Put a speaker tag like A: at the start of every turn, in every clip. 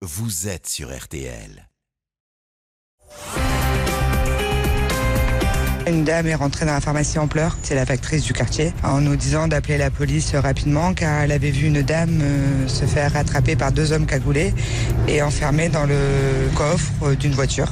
A: vous êtes sur RTL.
B: Une dame est rentrée dans la pharmacie en pleurs, c'est la factrice du quartier, en nous disant d'appeler la police rapidement car elle avait vu une dame se faire rattraper par 2 hommes cagoulés et enfermée dans le coffre d'une voiture.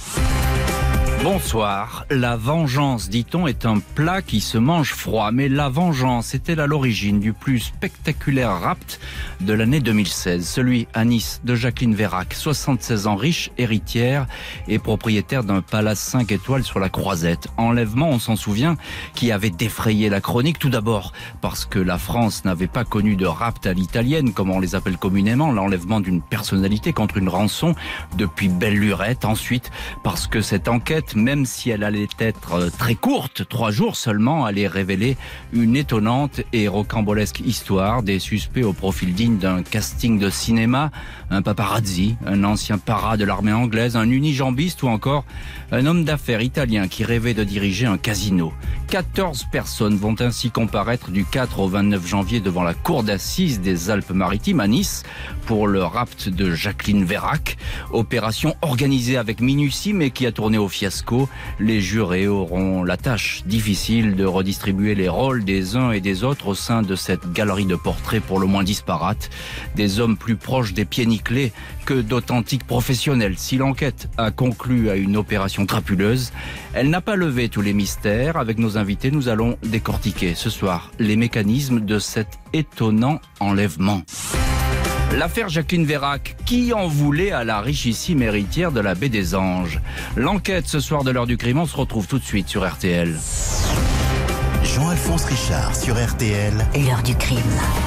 C: Bonsoir. La vengeance, dit-on, est un plat qui se mange froid. Mais la vengeance était à l'origine du plus spectaculaire rapt de l'année 2016. Celui à Nice de Jacqueline Vérac, 76 ans, riche, héritière et propriétaire d'un palace 5 étoiles sur la Croisette. Enlèvement, on s'en souvient, qui avait défrayé la chronique. Tout d'abord parce que la France n'avait pas connu de rapt à l'italienne, comme on les appelle communément, l'enlèvement d'une personnalité contre une rançon depuis belle lurette. Ensuite, parce que cette enquête, même si elle allait être très courte, 3 jours seulement, allait révéler une étonnante et rocambolesque histoire des suspects au profil digne d'un casting de cinéma, un paparazzi, un ancien para de l'armée anglaise, un unijambiste ou encore un homme d'affaires italien qui rêvait de diriger un casino. 14 personnes vont ainsi comparaître du 4 au 29 janvier devant la cour d'assises des Alpes-Maritimes à Nice pour le rapt de Jacqueline Vérac. Opération organisée avec minutie mais qui a tourné au fiasco. Les jurés auront la tâche difficile de redistribuer les rôles des uns et des autres au sein de cette galerie de portraits pour le moins disparate. Des hommes plus proches des pieds nickelés que d'authentiques professionnels. Si l'enquête a conclu à une opération crapuleuse, elle n'a pas levé tous les mystères. Avec nos invités, nous allons décortiquer ce soir les mécanismes de cet étonnant enlèvement. L'affaire Jacqueline Vérac, qui en voulait à la richissime héritière de la Baie des Anges? L'enquête ce soir de l'heure du crime, on se retrouve tout de suite sur RTL.
A: Jean-Alphonse Richard sur RTL.
D: L'heure du crime.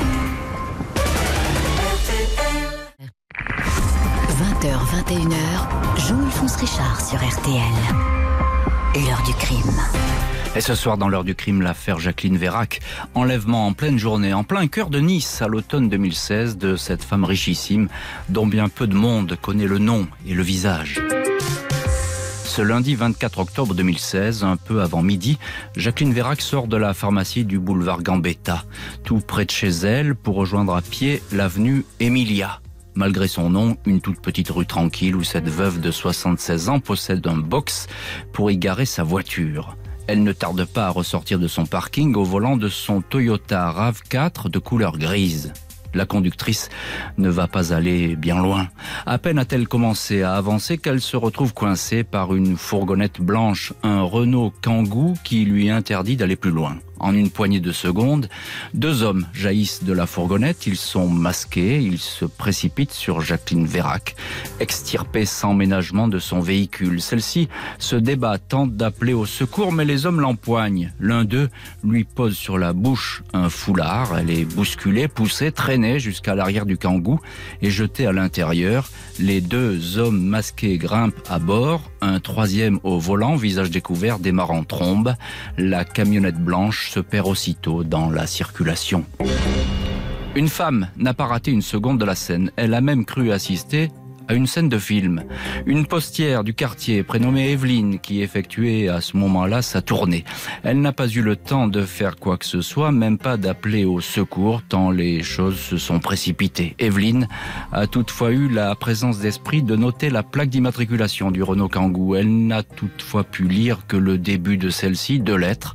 D: 20h, 21h, Jean-Alphonse Richard sur RTL. L'heure du crime.
C: Et ce soir, dans l'heure du crime, l'affaire Jacqueline Vérac. Enlèvement en pleine journée, en plein cœur de Nice, à l'automne 2016, de cette femme richissime, dont bien peu de monde connaît le nom et le visage. Ce lundi 24 octobre 2016, un peu avant midi, Jacqueline Vérac sort de la pharmacie du boulevard Gambetta, tout près de chez elle, pour rejoindre à pied l'avenue Emilia. Malgré son nom, une toute petite rue tranquille où cette veuve de 76 ans possède un box pour y garer sa voiture. Elle ne tarde pas à ressortir de son parking au volant de son Toyota RAV4 de couleur grise. La conductrice ne va pas aller bien loin. À peine a-t-elle commencé à avancer qu'elle se retrouve coincée par une fourgonnette blanche, un Renault Kangoo qui lui interdit d'aller plus loin. En une poignée de secondes, 2 hommes jaillissent de la fourgonnette, ils sont masqués, ils se précipitent sur Jacqueline Vérac, extirpée sans ménagement de son véhicule. Celle-ci se débat, tente d'appeler au secours, mais les hommes l'empoignent. L'un d'eux lui pose sur la bouche un foulard, elle est bousculée, poussée, traînée jusqu'à l'arrière du Kangoo et jetée à l'intérieur. Les 2 hommes masqués grimpent à bord, un troisième au volant, visage découvert, démarre en trombe. La camionnette blanche se perd aussitôt dans la circulation. Une femme n'a pas raté une seconde de la scène. Elle a même cru assister à une scène de film. Une postière du quartier prénommée Evelyne qui effectuait à ce moment-là sa tournée. Elle n'a pas eu le temps de faire quoi que ce soit, même pas d'appeler au secours tant les choses se sont précipitées. Evelyne a toutefois eu la présence d'esprit de noter la plaque d'immatriculation du Renault Kangoo. Elle n'a toutefois pu lire que le début de celle-ci, 2 lettres,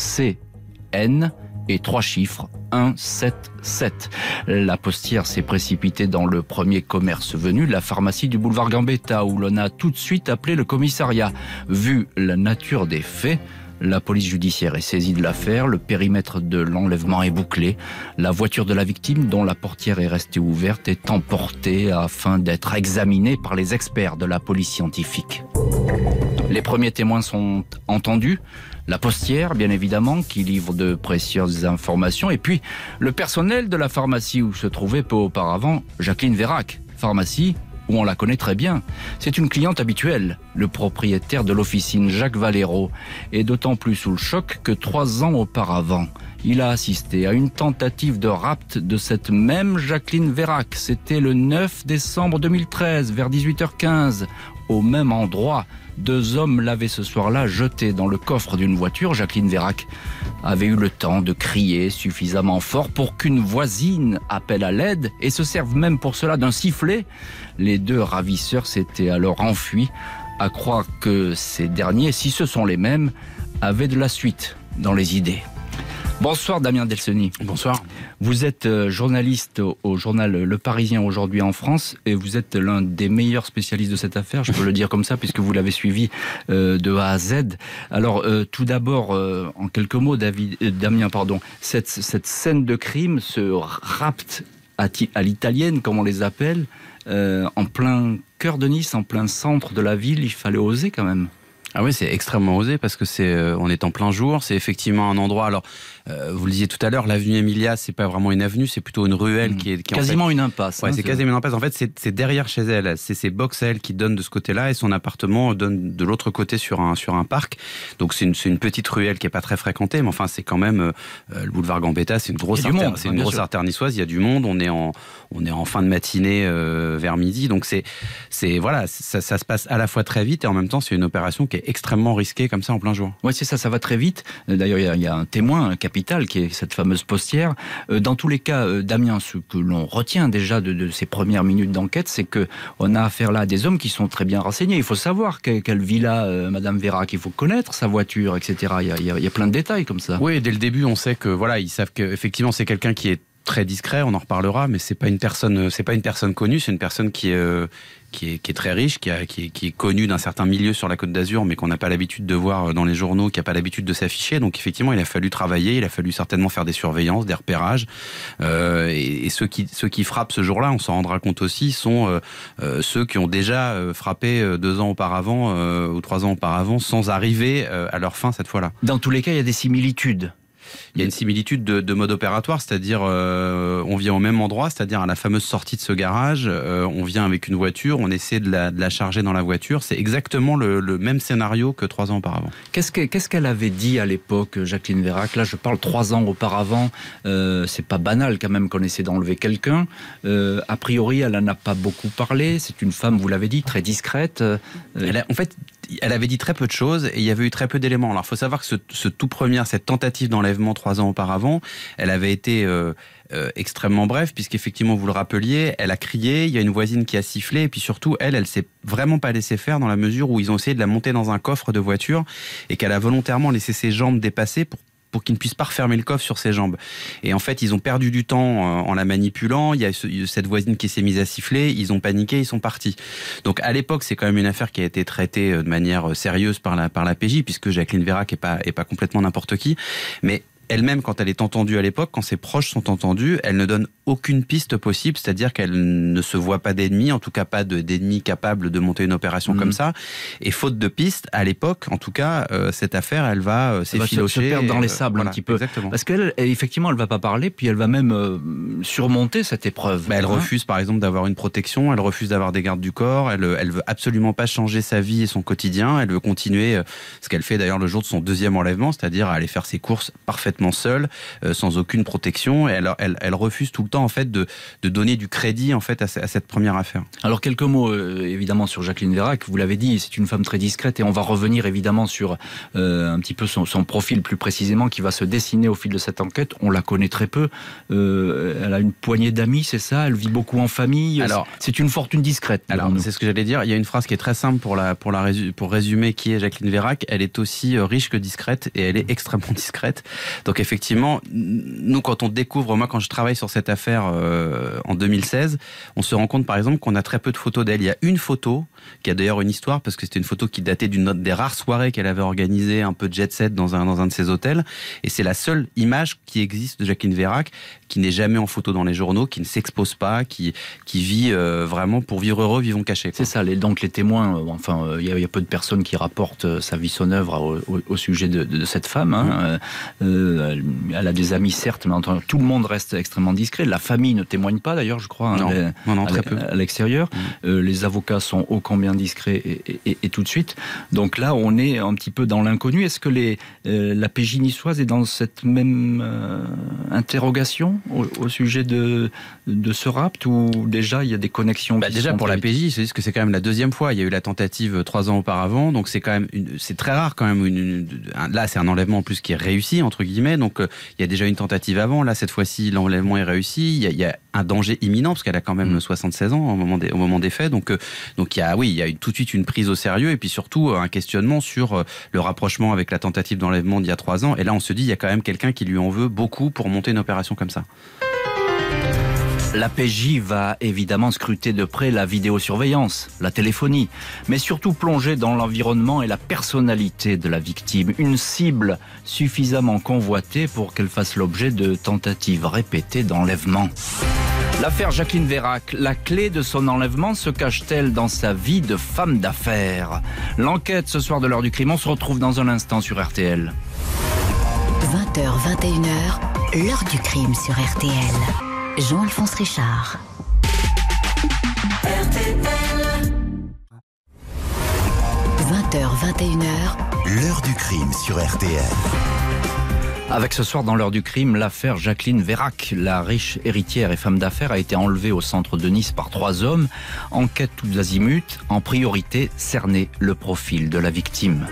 C: C-N et 3 chiffres, 177. La postière s'est précipitée dans le premier commerce venu, la pharmacie du boulevard Gambetta, où l'on a tout de suite appelé le commissariat. Vu la nature des faits, la police judiciaire est saisie de l'affaire, le périmètre de l'enlèvement est bouclé. La voiture de la victime, dont la portière est restée ouverte, est emportée afin d'être examinée par les experts de la police scientifique. Les premiers témoins sont entendus. La postière, bien évidemment, qui livre de précieuses informations. Et puis, le personnel de la pharmacie où se trouvait peu auparavant Jacqueline Vérac. Pharmacie où on la connaît très bien. C'est une cliente habituelle. Le propriétaire de l'officine, Jacques Valero, est d'autant plus sous le choc que 3 ans auparavant, il a assisté à une tentative de rapt de cette même Jacqueline Vérac. C'était le 9 décembre 2013, vers 18h15, au même endroit. 2 hommes l'avaient ce soir-là jeté dans le coffre d'une voiture. Jacqueline Vérac avait eu le temps de crier suffisamment fort pour qu'une voisine appelle à l'aide et se serve même pour cela d'un sifflet. Les 2 ravisseurs s'étaient alors enfuis, à croire que ces derniers, si ce sont les mêmes, avaient de la suite dans les idées. Bonsoir Damien Delceni.
E: Bonsoir.
C: Vous êtes journaliste au journal Le Parisien aujourd'hui en France et vous êtes l'un des meilleurs spécialistes de cette affaire, je peux le dire comme ça, puisque vous l'avez suivi de A à Z. Alors tout d'abord, en quelques mots, Damien, cette scène de crime, ce rapt à l'italienne, comme on les appelle, en plein cœur de Nice, en plein centre de la ville, il fallait oser quand même.
E: Ah oui, c'est extrêmement osé parce que on est en plein jour, c'est effectivement un endroit. Alors, vous le disiez tout à l'heure, l'avenue Emilia, c'est pas vraiment une avenue, c'est plutôt une ruelle qui est
C: quasiment
E: en fait,
C: une impasse.
E: Ouais, c'est quasiment une impasse. En fait, c'est derrière chez elle. C'est ses box à elle qui donnent de ce côté-là et son appartement donne de l'autre côté sur un parc. Donc c'est une petite ruelle qui est pas très fréquentée, mais enfin c'est quand même le boulevard Gambetta, c'est une grosse artère niçoise. Il y a du monde. On est en fin de matinée vers midi, donc voilà, ça se passe à la fois très vite et en même temps c'est une opération qui est extrêmement risquée comme ça en plein jour.
C: Oui, c'est ça va très vite. D'ailleurs, il y a un témoin capital qui est cette fameuse postière. Dans tous les cas, Damien, ce que l'on retient déjà de ces premières minutes d'enquête, c'est que on a affaire là à des hommes qui sont très bien renseignés. Il faut savoir quelle villa Madame Vérac, il faut connaître sa voiture, etc. Il y a plein de détails comme ça.
E: Oui, dès le début, on sait que voilà, ils savent qu'effectivement c'est quelqu'un qui est très discret, on en reparlera, mais c'est pas une personne connue, c'est une personne qui est très riche, qui est connue d'un certain milieu sur la Côte d'Azur, mais qu'on n'a pas l'habitude de voir dans les journaux, qui n'a pas l'habitude de s'afficher. Donc effectivement, il a fallu travailler, il a fallu certainement faire des surveillances, des repérages. Et ceux qui frappent ce jour-là, on s'en rendra compte aussi, sont ceux qui ont déjà frappé 2 ans auparavant ou 3 ans auparavant, sans arriver à leur fin cette fois-là.
C: Dans tous les cas, il y a des similitudes.
E: Il y a une similitude de mode opératoire, c'est-à-dire on vient au même endroit, c'est-à-dire à la fameuse sortie de ce garage, on vient avec une voiture, on essaie de la charger dans la voiture. C'est exactement le même scénario que 3 ans auparavant.
C: Qu'est-ce qu'elle avait dit à l'époque, Jacqueline Vérac? Là, je parle 3 ans auparavant. C'est pas banal quand même qu'on essaie d'enlever quelqu'un. A priori, elle en a pas beaucoup parlé. C'est une femme, vous l'avez dit, très discrète.
E: Elle avait dit très peu de choses et il y avait eu très peu d'éléments. Alors, il faut savoir que cette tentative d'enlèvement 3 ans auparavant, elle avait été extrêmement brève, puisqu'effectivement, vous le rappeliez, elle a crié, il y a une voisine qui a sifflé, et puis surtout, elle s'est vraiment pas laissé faire dans la mesure où ils ont essayé de la monter dans un coffre de voiture et qu'elle a volontairement laissé ses jambes dépasser pour qu'il ne puisse pas refermer le coffre sur ses jambes. Et en fait, ils ont perdu du temps en la manipulant. Il y a cette voisine qui s'est mise à siffler. Ils ont paniqué, ils sont partis. Donc, à l'époque, c'est quand même une affaire qui a été traitée de manière sérieuse par la PJ, puisque Jacqueline Vérac est pas complètement n'importe qui. Mais elle-même, quand elle est entendue à l'époque, quand ses proches sont entendus, elle ne donne aucune piste possible, c'est-à-dire qu'elle ne se voit pas d'ennemis, en tout cas pas d'ennemis capables de monter une opération comme ça. Et faute de piste, à l'époque, en tout cas, cette affaire, elle va s'effilocher.
C: Se perdre dans les sables un petit peu.
E: Exactement.
C: Parce qu'elle, effectivement, elle va pas parler, puis elle va même surmonter cette épreuve.
E: Elle refuse, par exemple, d'avoir une protection, elle refuse d'avoir des gardes du corps, elle veut absolument pas changer sa vie et son quotidien, elle veut continuer ce qu'elle fait d'ailleurs le jour de son 2e enlèvement, c'est-à-dire aller faire ses courses parfaitement seule, sans aucune protection, et elle refuse tout le temps en fait de donner du crédit en fait à cette première affaire.
C: Alors quelques mots évidemment sur Jacqueline Vérac, vous l'avez dit, c'est une femme très discrète et on va revenir évidemment sur un petit peu son profil plus précisément qui va se dessiner au fil de cette enquête. On la connaît très peu, elle a une poignée d'amis, c'est ça, elle vit beaucoup en famille. Alors, c'est une fortune discrète.
E: Alors c'est ce que j'allais dire, il y a une phrase qui est très simple pour résumer qui est Jacqueline Vérac. Elle est aussi riche que discrète et elle est extrêmement discrète. Donc effectivement, nous quand on découvre, moi quand je travaille sur cette affaire en 2016, on se rend compte par exemple qu'on a très peu de photos d'elle. Il y a une photo qui a d'ailleurs une histoire parce que c'était une photo qui datait des rares soirées qu'elle avait organisées un peu jet set dans un de ses hôtels, et c'est la seule image qui existe de Jacqueline Vérac qui n'est jamais en photo dans les journaux, qui ne s'expose pas, qui vit vraiment pour vivre heureux, vivons cachés.
C: C'est ça, donc les témoins, il y a peu de personnes qui rapportent sa vie, son œuvre au sujet de cette femme. Hein. Elle a des amis, certes, mais tout le monde reste extrêmement discret. La famille ne témoigne pas, d'ailleurs, je crois,
E: non, très peu.
C: À l'extérieur. Les avocats sont ô combien discrets et tout de suite. Donc là, on est un petit peu dans l'inconnu. Est-ce que la PJ niçoise est dans cette même interrogation au sujet de ce rapt, ou déjà il y a des connexions
E: déjà pour la PJ, c'est que c'est quand même la deuxième fois. Il y a eu la tentative 3 ans auparavant, donc c'est quand même c'est très rare quand même. Là, c'est un enlèvement en plus qui est réussi entre guillemets. Donc il y a déjà une tentative avant. Là, cette fois-ci, l'enlèvement est réussi. Il y a un danger imminent parce qu'elle a quand même 76 ans au moment des faits. Donc il y a tout de suite une prise au sérieux et puis surtout un questionnement sur le rapprochement avec la tentative d'enlèvement d'il y a 3 ans. Et là, on se dit il y a quand même quelqu'un qui lui en veut beaucoup pour monter une opération comme ça.
C: La PJ va évidemment scruter de près la vidéosurveillance, la téléphonie, mais surtout plonger dans l'environnement et la personnalité de la victime. Une cible suffisamment convoitée pour qu'elle fasse l'objet de tentatives répétées d'enlèvement. L'affaire Jacqueline Vérac, la clé de son enlèvement se cache-t-elle dans sa vie de femme d'affaires? L'enquête ce soir de l'heure du crime, on se retrouve dans un instant sur RTL.
D: 20h, 21h, l'heure du crime sur RTL. Jean-Alphonse Richard. RTL. 20h, 21h,
A: l'heure du crime sur RTL.
C: Avec ce soir dans l'heure du crime, l'affaire Jacqueline Vérac. La riche héritière et femme d'affaires a été enlevée au centre de Nice par 3 hommes. Enquête tous azimuts, en priorité cerner le profil de la victime.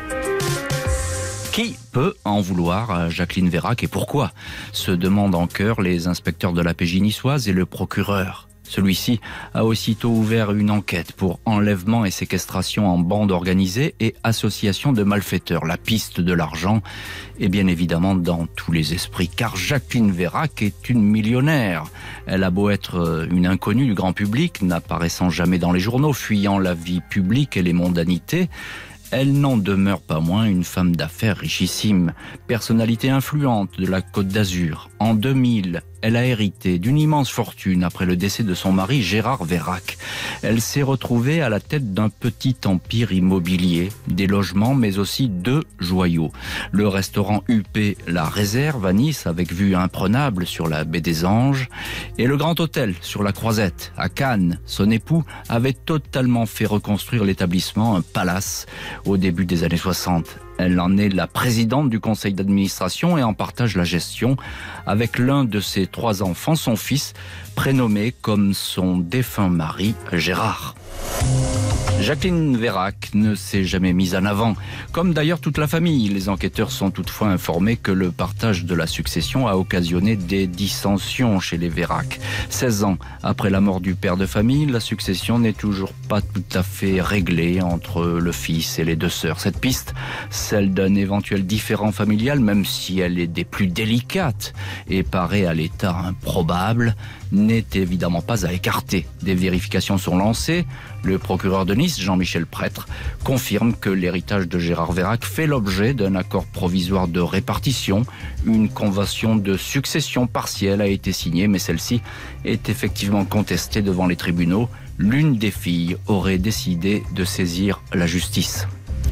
C: Qui peut en vouloir à Jacqueline Vérac et pourquoi? Se demandent en chœur les inspecteurs de la PJ niçoise et le procureur. Celui-ci a aussitôt ouvert une enquête pour enlèvement et séquestration en bande organisée et association de malfaiteurs. La piste de l'argent est bien évidemment dans tous les esprits, car Jacqueline Vérac est une millionnaire. Elle a beau être une inconnue du grand public, n'apparaissant jamais dans les journaux, fuyant la vie publique et les mondanités, elle n'en demeure pas moins une femme d'affaires richissime, personnalité influente de la Côte d'Azur. En 2000, elle a hérité d'une immense fortune après le décès de son mari Gérard Vérac. Elle s'est retrouvée à la tête d'un petit empire immobilier, des logements mais aussi 2 joyaux. Le restaurant UP La Réserve à Nice avec vue imprenable sur la baie des Anges et le Grand Hôtel sur la Croisette à Cannes. Son époux avait totalement fait reconstruire l'établissement, un palace, au début des années 60. Elle en est la présidente du conseil d'administration et en partage la gestion avec l'un de ses 3 enfants, son fils, prénommé comme son défunt mari, Gérard. Jacqueline Vérac ne s'est jamais mise en avant, comme d'ailleurs toute la famille. Les enquêteurs sont toutefois informés que le partage de la succession a occasionné des dissensions chez les Vérac. 16 ans après la mort du père de famille, la succession n'est toujours pas tout à fait réglée entre le fils et les 2 sœurs. Cette piste, celle d'un éventuel différend familial, même si elle est des plus délicates et paraît à l'état improbable, n'est évidemment pas à écarter. Des vérifications sont lancées. Le procureur de Nice, Jean-Michel Prêtre, confirme que l'héritage de Gérard Vérac fait l'objet d'un accord provisoire de répartition. Une convention de succession partielle a été signée, mais celle-ci est effectivement contestée devant les tribunaux. L'une des filles aurait décidé de saisir la justice.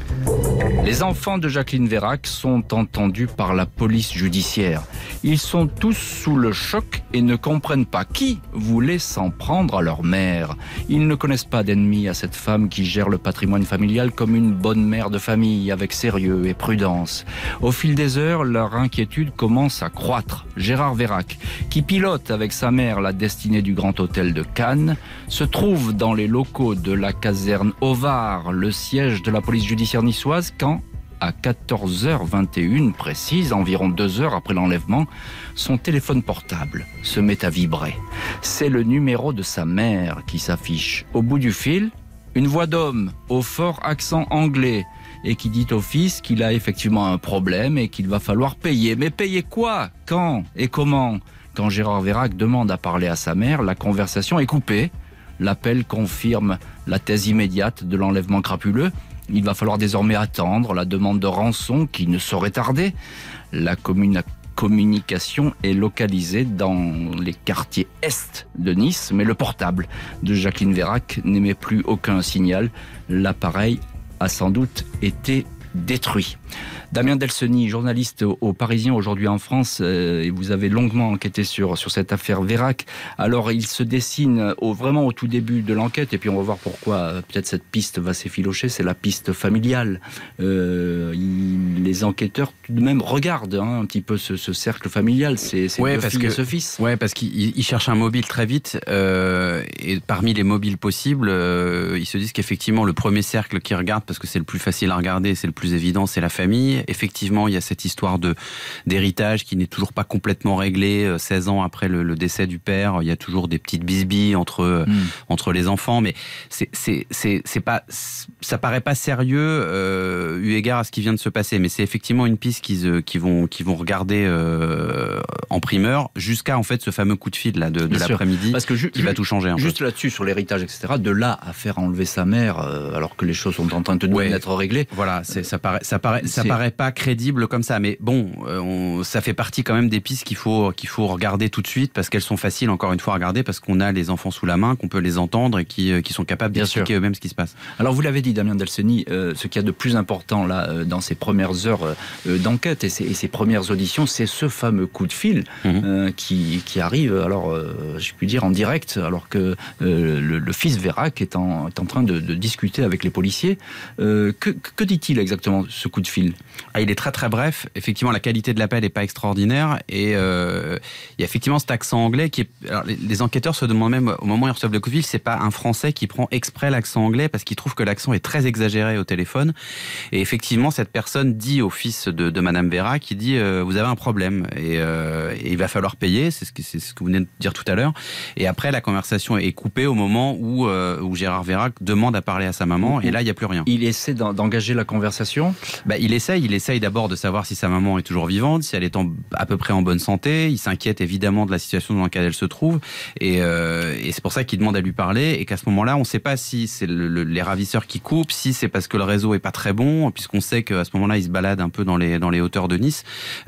C: Les enfants de Jacqueline Vérac sont entendus par la police judiciaire. Ils sont tous sous le choc et ne comprennent pas qui voulait s'en prendre à leur mère. Ils ne connaissent pas d'ennemis à cette femme qui gère le patrimoine familial comme une bonne mère de famille, avec sérieux et prudence. Au fil des heures, leur inquiétude commence à croître. Gérard Vérac, qui pilote avec sa mère la destinée du Grand Hôtel de Cannes, se trouve dans les locaux de la caserne Ovar, le siège de la police judiciaire niçoise, quand, à 14h21 précise, environ 2 heures après l'enlèvement, son téléphone portable se met à vibrer. C'est le numéro de sa mère qui s'affiche. Au bout du fil, une voix d'homme au fort accent anglais et qui dit au fils qu'il a effectivement un problème et qu'il va falloir payer. Mais payer quoi? Quand et comment? Quand Gérard Vérac demande à parler à sa mère, la conversation est coupée. L'appel confirme la thèse immédiate de l'enlèvement crapuleux. Il va falloir désormais attendre la demande de rançon qui ne saurait tarder. La communication est localisée dans les quartiers est de Nice, mais le portable de Jacqueline Vérac n'émet plus aucun signal. L'appareil a sans doute été détruit. Damien Delceni, journaliste au Parisien aujourd'hui en France, et vous avez longuement enquêté sur cette affaire Vérac. Alors il se dessine vraiment au tout début de l'enquête, et puis on va voir pourquoi peut-être cette piste va s'effilocher, c'est la piste familiale. Les enquêteurs tout de même regardent un petit peu ce cercle familial, c'est deux filles et ce fils.
E: Ouais, parce qu'ils cherchent un mobile très vite, et parmi les mobiles possibles, ils se disent qu'effectivement le premier cercle qu'ils regardent, parce que c'est le plus facile à regarder, c'est le plus évident, c'est la famille. Effectivement, il y a cette histoire d'héritage qui n'est toujours pas complètement réglée. 16 ans après le décès du père, il y a toujours des petites bisbilles entre les enfants, mais c'est pas, ça paraît pas sérieux eu égard à ce qui vient de se passer. Mais c'est effectivement une piste qu'ils vont regarder en primeur jusqu'à en fait ce fameux coup de fil là de l'après-midi, parce que qui va tout changer.
C: Juste là-dessus sur l'héritage, etc. De là à faire enlever sa mère alors que les choses sont en train d'être réglées.
E: Voilà, ça paraît pas crédible comme ça, mais bon, ça fait partie quand même des pistes qu'il faut regarder tout de suite, parce qu'elles sont faciles encore une fois à regarder, parce qu'on a les enfants sous la main, qu'on peut les entendre et qui sont capables d'expliquer eux-mêmes ce qui se passe.
C: Alors vous l'avez dit, Damien Delceni, ce qu'il y a de plus important là dans ces premières heures d'enquête et ces premières auditions, c'est ce fameux coup de fil qui arrive, alors je puis dire en direct, alors que le fils Vérac est en train de discuter avec les policiers. Que dit-il exactement, ce coup de fil ?
E: Il est très très bref. Effectivement, la qualité de l'appel n'est pas extraordinaire, et il y a effectivement cet accent anglais qui est... Alors, les enquêteurs se demandent même au moment où ils reçoivent le coup de fil, c'est pas un Français qui prend exprès l'accent anglais, parce qu'il trouve que l'accent est très exagéré au téléphone. Et effectivement, cette personne dit au fils de Madame Vérac, qui dit vous avez un problème et il va falloir payer. C'est ce que vous venez de dire tout à l'heure. Et après, la conversation est coupée au moment où Gérard Vérac demande à parler à sa maman, et là il n'y a plus rien.
C: Il essaie d'engager la conversation.
E: Il essaye d'abord de savoir si sa maman est toujours vivante, si elle est à peu près en bonne santé. Il s'inquiète évidemment de la situation dans laquelle elle se trouve, et c'est pour ça qu'il demande à lui parler, et qu'à ce moment-là, on ne sait pas si c'est les ravisseurs qui coupent, si c'est parce que le réseau est pas très bon, puisqu'on sait qu'à ce moment-là, il se balade un peu dans les hauteurs de Nice.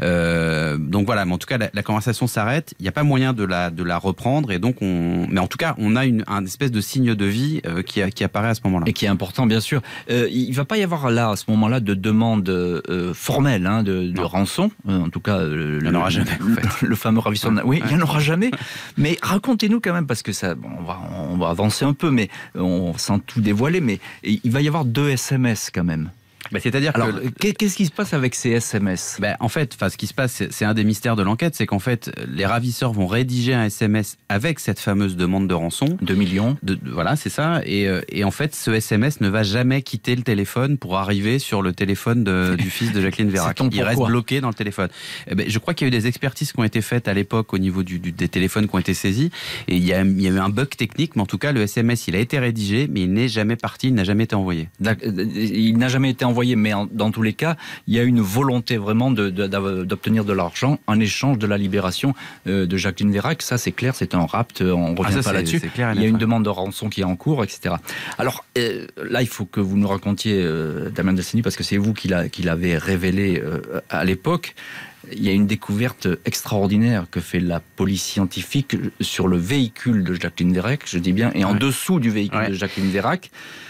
E: Donc voilà, mais en tout cas, la conversation s'arrête. Il n'y a pas moyen de la reprendre, et donc mais en tout cas, on a un espèce de signe de vie qui apparaît à ce moment-là.
C: Et qui est important, bien sûr. Il ne va pas y avoir là, à ce moment-là, de demande formelle de rançon. En tout cas,
E: il n'y en aura jamais.
C: Le fameux ravisseur. Oui, il n'y en aura jamais. Mais racontez-nous quand même, parce que ça, on va avancer un peu, mais sans tout dévoiler. Mais il va y avoir 2 SMS quand même.
E: C'est-à-dire
C: qu'est-ce qui se passe avec ces SMS ?
E: En fait, ce qui se passe, c'est un des mystères de l'enquête, c'est qu'en fait, les ravisseurs vont rédiger un SMS avec cette fameuse demande de rançon.
C: 2 millions.
E: Voilà, c'est ça. Et en fait, ce SMS ne va jamais quitter le téléphone pour arriver sur le téléphone du fils de Jacqueline Vérac. Il reste bloqué dans le téléphone. Je crois qu'il y a eu des expertises qui ont été faites à l'époque au niveau des téléphones qui ont été saisis. Et il y a eu un bug technique, mais en tout cas, le SMS, il a été rédigé, mais il n'est jamais parti, il n'a jamais été envoyé.
C: Il n'a jamais été envoyé, mais dans tous les cas, il y a une volonté vraiment d'obtenir de l'argent en échange de la libération de Jacqueline Vérac. Ça, c'est clair, c'est un rapt, on ne revient pas là-dessus. Il y a une demande de rançon qui est en cours, etc. Alors, là, il faut que vous nous racontiez, Damien Delceni, parce que c'est vous qui l'avez révélé à l'époque. Il y a une découverte extraordinaire que fait la police scientifique sur le véhicule de Jacqueline Vérac, je dis bien, et en dessous du véhicule de Jacqueline Vérac.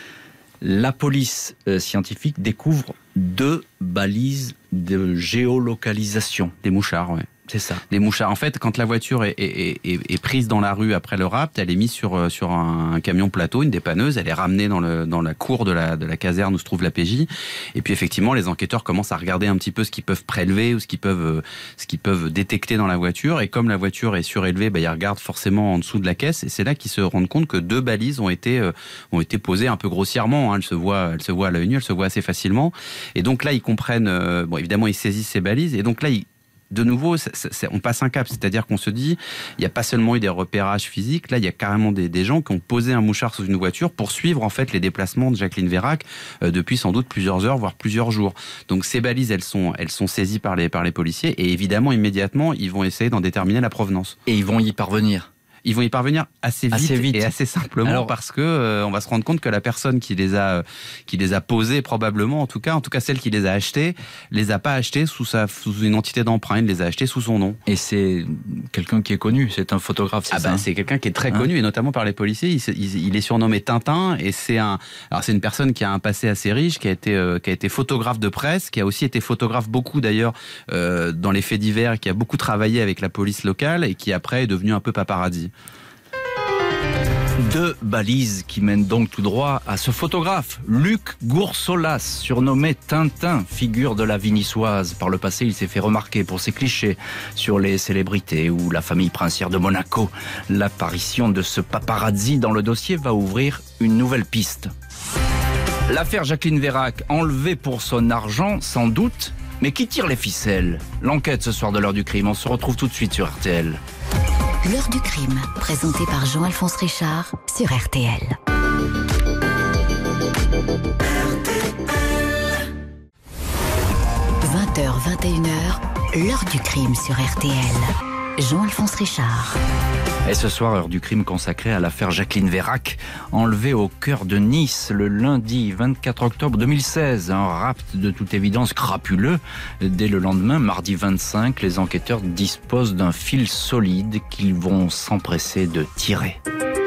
C: La police scientifique découvre 2 balises de géolocalisation.
E: Des mouchards, ouais.
C: C'est ça.
E: Des mouchards. En fait, quand la voiture est prise dans la rue après le rapt, elle est mise sur un camion plateau, une dépanneuse, elle est ramenée dans la cour de la caserne où se trouve la PJ. Et puis effectivement, les enquêteurs commencent à regarder un petit peu ce qu'ils peuvent prélever ou ce qu'ils peuvent détecter dans la voiture. Et comme la voiture est surélevée, ils regardent forcément en dessous de la caisse. Et c'est là qu'ils se rendent compte que 2 balises ont été posées un peu grossièrement. Elles se voient à l'œil nu, elles se voient assez facilement. Et donc là, ils comprennent. Évidemment, ils saisissent ces balises. Et donc là, de nouveau, on passe un cap, c'est-à-dire qu'on se dit, il n'y a pas seulement eu des repérages physiques, là il y a carrément des gens qui ont posé un mouchard sous une voiture pour suivre en fait les déplacements de Jacqueline Vérac depuis sans doute plusieurs heures, voire plusieurs jours. Donc ces balises, elles sont saisies par les policiers, et évidemment immédiatement ils vont essayer d'en déterminer la provenance.
C: Et ils vont y parvenir.
E: Ils vont y parvenir assez vite et assez simplement parce que on va se rendre compte que la personne qui les a posées probablement, en tout cas celle qui les a achetées, les a pas achetées sous une entité d'emprunt, il les a achetées sous son nom.
C: Et c'est quelqu'un qui est connu, c'est un photographe, c'est ça?
E: C'est quelqu'un qui est très connu et notamment par les policiers. Il est surnommé Tintin et c'est une personne qui a un passé assez riche, qui a été photographe de presse, qui a aussi été photographe beaucoup d'ailleurs dans les faits divers, qui a beaucoup travaillé avec la police locale et qui après est devenu un peu paparazzi.
C: 2 balises qui mènent donc tout droit à ce photographe, Luc Goursolas, surnommé Tintin, figure de la vie niçoise. Par le passé, il s'est fait remarquer pour ses clichés sur les célébrités ou la famille princière de Monaco. L'apparition de ce paparazzi dans le dossier va ouvrir une nouvelle piste. L'affaire Jacqueline Vérac, enlevée pour son argent, sans doute, mais qui tire les ficelles? L'enquête ce soir de l'heure du crime, on se retrouve tout de suite sur RTL.
D: L'heure du crime, présentée par Jean-Alphonse Richard sur RTL. RTL. 20h, 21h, l'heure du crime sur RTL. Jean-Alphonse Richard.
C: Et ce soir, heure du crime consacrée à l'affaire Jacqueline Vérac, enlevée au cœur de Nice le lundi 24 octobre 2016. Un rapt de toute évidence crapuleux. Dès le lendemain, mardi 25, les enquêteurs disposent d'un fil solide qu'ils vont s'empresser de tirer.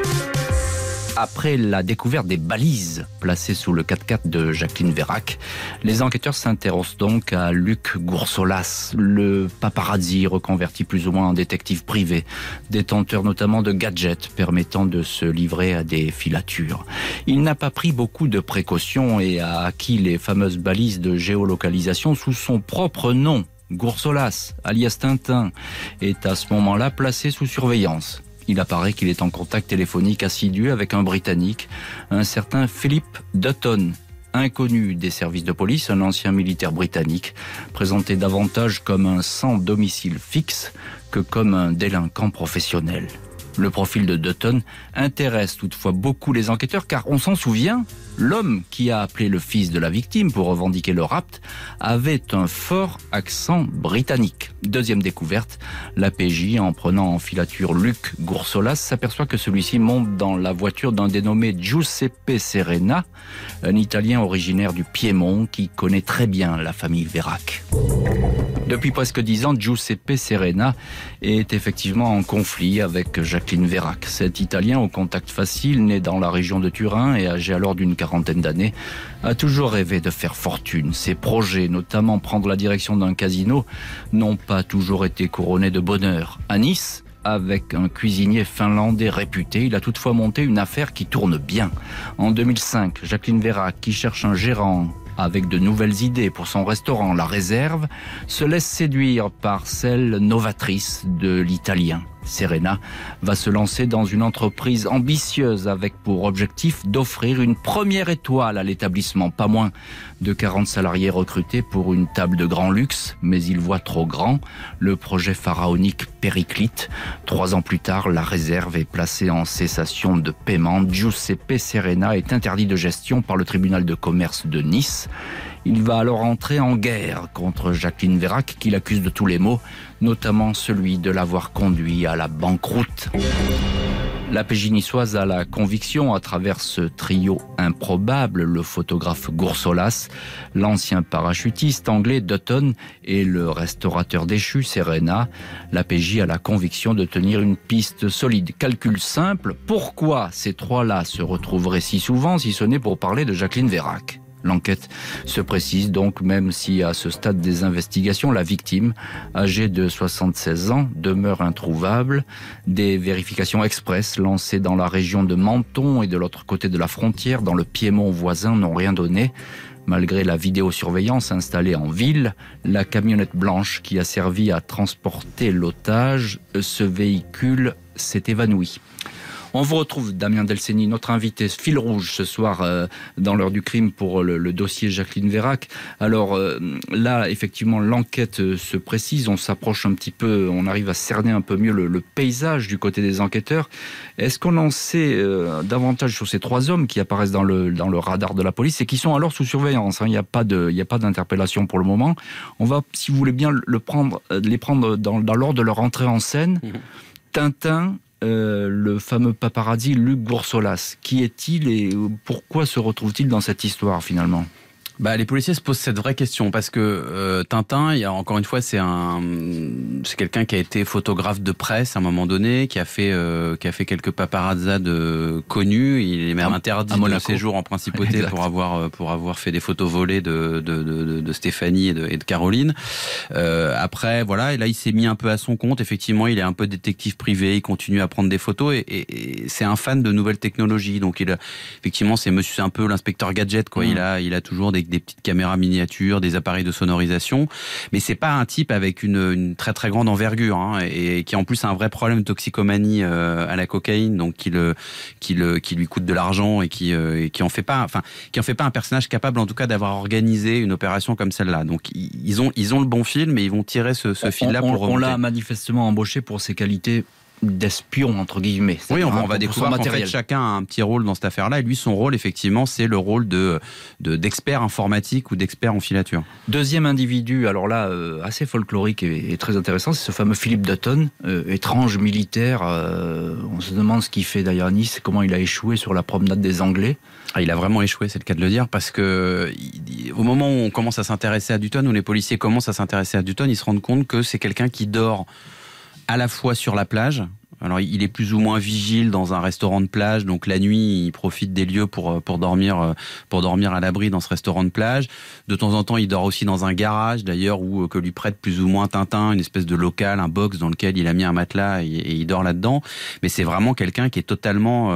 C: Après la découverte des balises placées sous le 4x4 de Jacqueline Vérac, les enquêteurs s'intéressent donc à Luc Goursolas, le paparazzi reconverti plus ou moins en détective privé, détenteur notamment de gadgets permettant de se livrer à des filatures. Il n'a pas pris beaucoup de précautions et a acquis les fameuses balises de géolocalisation sous son propre nom. Goursolas, alias Tintin, est à ce moment-là placé sous surveillance. Il apparaît qu'il est en contact téléphonique assidu avec un Britannique, un certain Philip Dutton, inconnu des services de police, un ancien militaire britannique, présenté davantage comme un sans domicile fixe que comme un délinquant professionnel. Le profil de Dutton intéresse toutefois beaucoup les enquêteurs car on s'en souvient, l'homme qui a appelé le fils de la victime pour revendiquer le rapt avait un fort accent britannique. Deuxième découverte, la PJ, en prenant en filature Luc Goursolas, s'aperçoit que celui-ci monte dans la voiture d'un dénommé Giuseppe Serena, un Italien originaire du Piémont qui connaît très bien la famille Vérac. Depuis presque 10 ans, Giuseppe Serena est effectivement en conflit avec Jacqueline Vérac. Cet Italien au contact facile, né dans la région de Turin et âgé alors d'une quarantaine d'années, a toujours rêvé de faire fortune. Ses projets, notamment prendre la direction d'un casino, n'ont pas toujours été couronnés de bonheur. À Nice, avec un cuisinier finlandais réputé, il a toutefois monté une affaire qui tourne bien. En 2005, Jacqueline Vérac, qui cherche un gérant avec de nouvelles idées pour son restaurant La Réserve, se laisse séduire par celle novatrice de l'Italien. Serena va se lancer dans une entreprise ambitieuse avec pour objectif d'offrir une première étoile à l'établissement. Pas moins de 40 salariés recrutés pour une table de grand luxe, mais il voit trop grand. Le projet pharaonique périclite. 3 ans plus tard, La Réserve est placée en cessation de paiement. Giuseppe Serena est interdit de gestion par le tribunal de commerce de Nice. Il va alors entrer en guerre contre Jacqueline Vérac, qui l'accuse de tous les maux, notamment celui de l'avoir conduit à la banqueroute. La PJ niçoise a la conviction, à travers ce trio improbable, le photographe Goursolas, l'ancien parachutiste anglais Dutton et le restaurateur déchu Serena, la PJ a la conviction de tenir une piste solide. Calcul simple, pourquoi ces trois-là se retrouveraient si souvent, si ce n'est pour parler de Jacqueline Vérac ? L'enquête se précise donc, même si à ce stade des investigations, la victime, âgée de 76 ans, demeure introuvable. Des vérifications express lancées dans la région de Menton et de l'autre côté de la frontière, dans le Piémont voisin, n'ont rien donné. Malgré la vidéosurveillance installée en ville, la camionnette blanche qui a servi à transporter l'otage, ce véhicule s'est évanoui. On vous retrouve, Damien Delceni, notre invité fil rouge ce soir dans l'heure du crime pour le dossier Jacqueline Vérac. Alors là, effectivement, l'enquête se précise, on s'approche un petit peu, on arrive à cerner un peu mieux le paysage du côté des enquêteurs. Est-ce qu'on en sait davantage sur ces 3 hommes qui apparaissent dans le radar de la police et qui sont alors sous surveillance, hein. Il n'y a pas d'interpellation pour le moment. On va, si vous voulez bien, les prendre dans l'ordre de leur entrée en scène. Tintin, le fameux paparazzi Luc Boursolas. Qui est-il et pourquoi se retrouve-t-il dans cette histoire finalement ?
E: Les policiers se posent cette vraie question parce que Tintin, encore une fois, c'est quelqu'un qui a été photographe de presse à un moment donné, qui a fait quelques paparazzades connues. Il est même interdit de séjour en principauté pour avoir fait des photos volées de Stéphanie et de Caroline. Après, voilà, et là, il s'est mis un peu à son compte. Effectivement, il est un peu détective privé. Il continue à prendre des photos et c'est un fan de nouvelles technologies. Donc, effectivement, c'est un peu l'inspecteur gadget, quoi. Il a toujours des petites caméras miniatures, des appareils de sonorisation, mais c'est pas un type avec une très très grande envergure, hein, et qui en plus a un vrai problème de toxicomanie à la cocaïne, donc qui lui coûte de l'argent et qui en fait pas un personnage capable en tout cas d'avoir organisé une opération comme celle-là. Donc ils ont le bon fil, mais ils vont tirer ce fil-là pour remonter.
C: On l'a manifestement embauché pour ses qualités d'espion entre guillemets.
E: Oui, on va découvrir qu'en fait chacun a un petit rôle dans cette affaire-là, et lui son rôle effectivement c'est le rôle d'expert informatique ou d'expert en filature.
C: Deuxième individu, alors là assez folklorique et très intéressant, c'est ce fameux Philippe Dutton, étrange militaire. On se demande ce qu'il fait d'ailleurs à Nice, comment il a échoué sur la promenade des Anglais.
E: Il a vraiment échoué, c'est le cas de le dire, parce que au moment où on commence à s'intéresser à Dutton, où les policiers commencent à s'intéresser à Dutton, ils se rendent compte que c'est quelqu'un qui dort à la fois sur la plage. Alors, il est plus ou moins vigile dans un restaurant de plage. Donc, la nuit, il profite des lieux pour dormir à l'abri dans ce restaurant de plage. De temps en temps, il dort aussi dans un garage, d'ailleurs, que lui prête plus ou moins Tintin, une espèce de local, un box dans lequel il a mis un matelas et il dort là-dedans. Mais c'est vraiment quelqu'un qui est totalement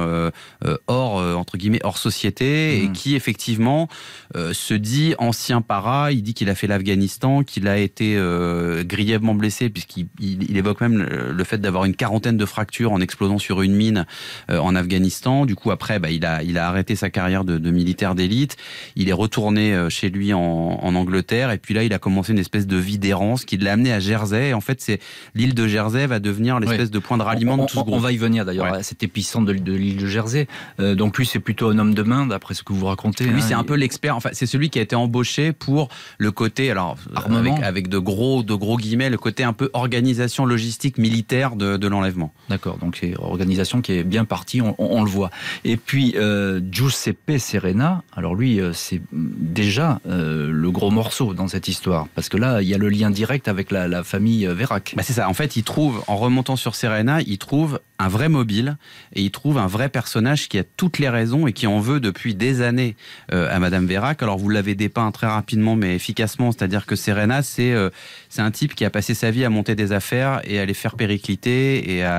E: entre guillemets, hors société et qui, effectivement, se dit ancien para. Il dit qu'il a fait l'Afghanistan, qu'il a été grièvement blessé, puisqu'il évoque même le fait d'avoir une quarantaine de fracture en explosant sur une mine en Afghanistan. Du coup, après, il a arrêté sa carrière de militaire d'élite. Il est retourné chez lui en Angleterre. Et puis là, il a commencé une espèce de vie d'errance qui l'a amené à Jersey. Et en fait, l'île de Jersey va devenir l'espèce de point de ralliement de tout ce groupe.
C: On va y venir d'ailleurs, à cet épicentre de l'île de Jersey. Donc lui, c'est plutôt un homme de main, d'après ce que vous racontez.
E: Lui, c'est un peu l'expert. Enfin, c'est celui qui a été embauché pour le côté, alors avec de gros guillemets, le côté un peu organisation logistique militaire de l'enlèvement.
C: D'accord, donc c'est une organisation qui est bien partie, on le voit. Et puis Giuseppe Serena, alors lui c'est déjà le gros morceau dans cette histoire, parce que là il y a le lien direct avec la famille Vérac.
E: C'est ça, en fait il trouve, en remontant sur Serena, il trouve un vrai mobile et il trouve un vrai personnage qui a toutes les raisons et qui en veut depuis des années à Madame Vérac. Alors vous l'avez dépeint très rapidement mais efficacement, c'est-à-dire que Serena c'est un type qui a passé sa vie à monter des affaires et à les faire péricliter et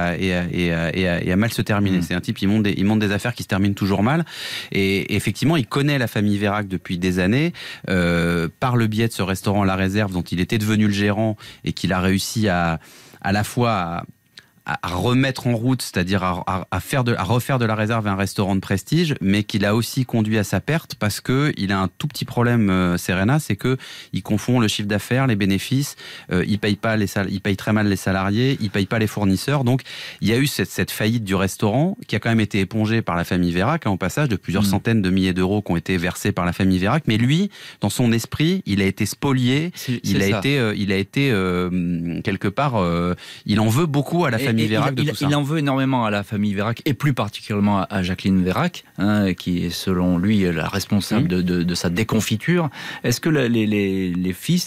E: à mal se terminer. C'est un type qui monte des affaires qui se terminent toujours mal. Et effectivement, il connaît la famille Vérac depuis des années, par le biais de ce restaurant La Réserve dont il était devenu le gérant et qu'il a réussi à la fois à remettre en route, c'est-à-dire à refaire de La Réserve un restaurant de prestige, mais qu'il a aussi conduit à sa perte parce que il a un tout petit problème, Serena, c'est que il confond le chiffre d'affaires, les bénéfices, il paye très mal les salariés, il paye pas les fournisseurs. Donc il y a eu cette faillite du restaurant qui a quand même été épongée par la famille Vérac, au passage, de plusieurs centaines de milliers d'euros qui ont été versés par la famille Vérac. Mais lui, dans son esprit, il a été spolié, il a été quelque part, il en veut beaucoup à la famille Vérac de tout ça.
C: Il en veut énormément à la famille Vérac et plus particulièrement à Jacqueline Vérac, qui est selon lui la responsable de sa déconfiture. Est-ce que les filles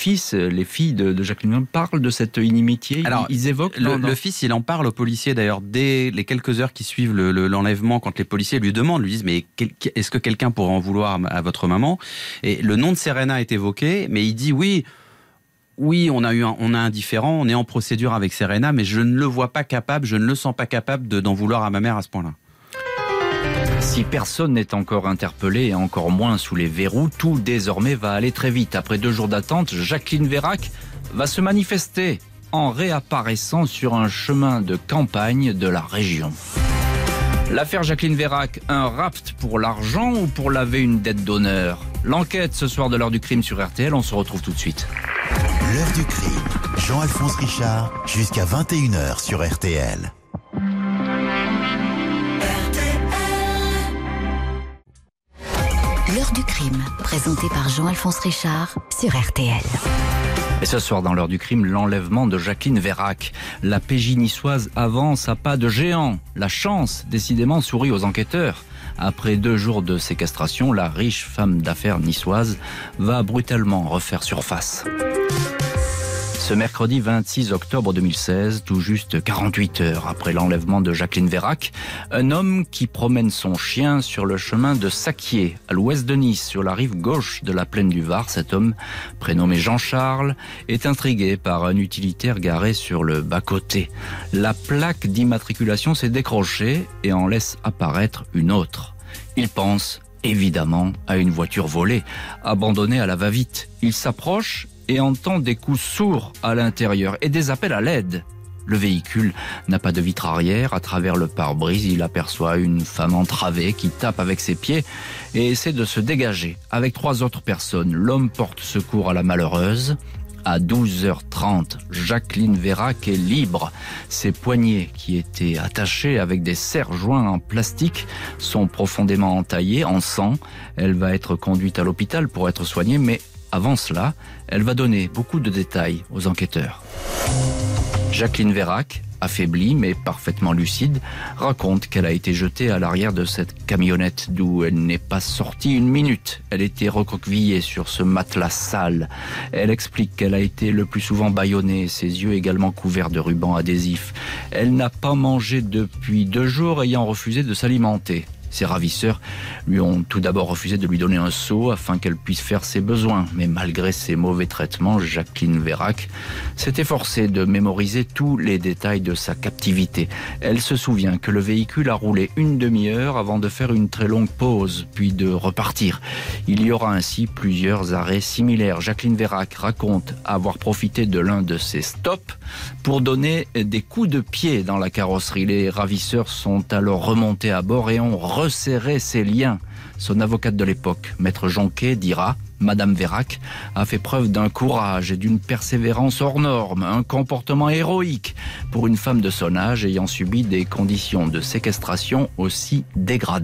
C: de Jacqueline Vérac parlent de cette inimitié?
E: Alors,
C: ils évoquent
E: le fils, il en parle aux policiers d'ailleurs dès les quelques heures qui suivent l'enlèvement, quand les policiers lui disent mais est-ce que quelqu'un pourrait en vouloir à votre maman? Et le nom de Serena est évoqué, mais il dit oui, on a un différend, on est en procédure avec Serena, mais je ne le vois pas capable, je ne le sens pas capable d'en vouloir à ma mère à ce point-là.
C: Si personne n'est encore interpellé et encore moins sous les verrous, tout désormais va aller très vite. Après 2 jours d'attente, Jacqueline Vérac va se manifester en réapparaissant sur un chemin de campagne de la région. L'affaire Jacqueline Vérac, un rapt pour l'argent ou pour laver une dette d'honneur? L'enquête ce soir de l'heure du crime sur RTL, on se retrouve tout de suite.
A: L'heure du crime, Jean-Alphonse Richard, jusqu'à 21h sur RTL.
D: L'heure du crime, présentée par Jean-Alphonse Richard sur RTL.
C: Et ce soir, dans l'heure du crime, l'enlèvement de Jacqueline Vérac. La PJ niçoise avance à pas de géant. La chance, décidément, sourit aux enquêteurs. Après 2 jours de séquestration, la riche femme d'affaires niçoise va brutalement refaire surface. Ce mercredi 26 octobre 2016, tout juste 48 heures après l'enlèvement de Jacqueline Vérac, un homme qui promène son chien sur le chemin de Saquier, à l'ouest de Nice, sur la rive gauche de la plaine du Var. Cet homme, prénommé Jean-Charles, est intrigué par un utilitaire garé sur le bas-côté. La plaque d'immatriculation s'est décrochée et en laisse apparaître une autre. Il pense évidemment à une voiture volée, abandonnée à la va-vite. Il s'approche et entend des coups sourds à l'intérieur et des appels à l'aide. Le véhicule n'a pas de vitre arrière. À travers le pare-brise, il aperçoit une femme entravée qui tape avec ses pieds et essaie de se dégager. Avec 3 autres personnes, l'homme porte secours à la malheureuse. À 12h30, Jacqueline Vérac est libre. Ses poignets, qui étaient attachés avec des serre-joints en plastique, sont profondément entaillés en sang. Elle va être conduite à l'hôpital pour être soignée, mais avant cela, elle va donner beaucoup de détails aux enquêteurs. Jacqueline Vérac, affaiblie mais parfaitement lucide, raconte qu'elle a été jetée à l'arrière de cette camionnette d'où elle n'est pas sortie 1 minute. Elle était recroquevillée sur ce matelas sale. Elle explique qu'elle a été le plus souvent bâillonnée, ses yeux également couverts de rubans adhésifs. Elle n'a pas mangé depuis 2 jours, ayant refusé de s'alimenter. Ses ravisseurs lui ont tout d'abord refusé de lui donner un seau afin qu'elle puisse faire ses besoins. Mais malgré ses mauvais traitements, Jacqueline Vérac s'est efforcée de mémoriser tous les détails de sa captivité. Elle se souvient que le véhicule a roulé 1 demi-heure avant de faire une très longue pause, puis de repartir. Il y aura ainsi plusieurs arrêts similaires. Jacqueline Vérac raconte avoir profité de l'un de ces stops pour donner des coups de pied dans la carrosserie. Les ravisseurs sont alors remontés à bord et ont resserré ses liens. Son avocate de l'époque, Maître Jonquet, dira « Madame Vérac a fait preuve d'un courage et d'une persévérance hors norme, un comportement héroïque pour une femme de son âge ayant subi des conditions de séquestration aussi dégradantes. »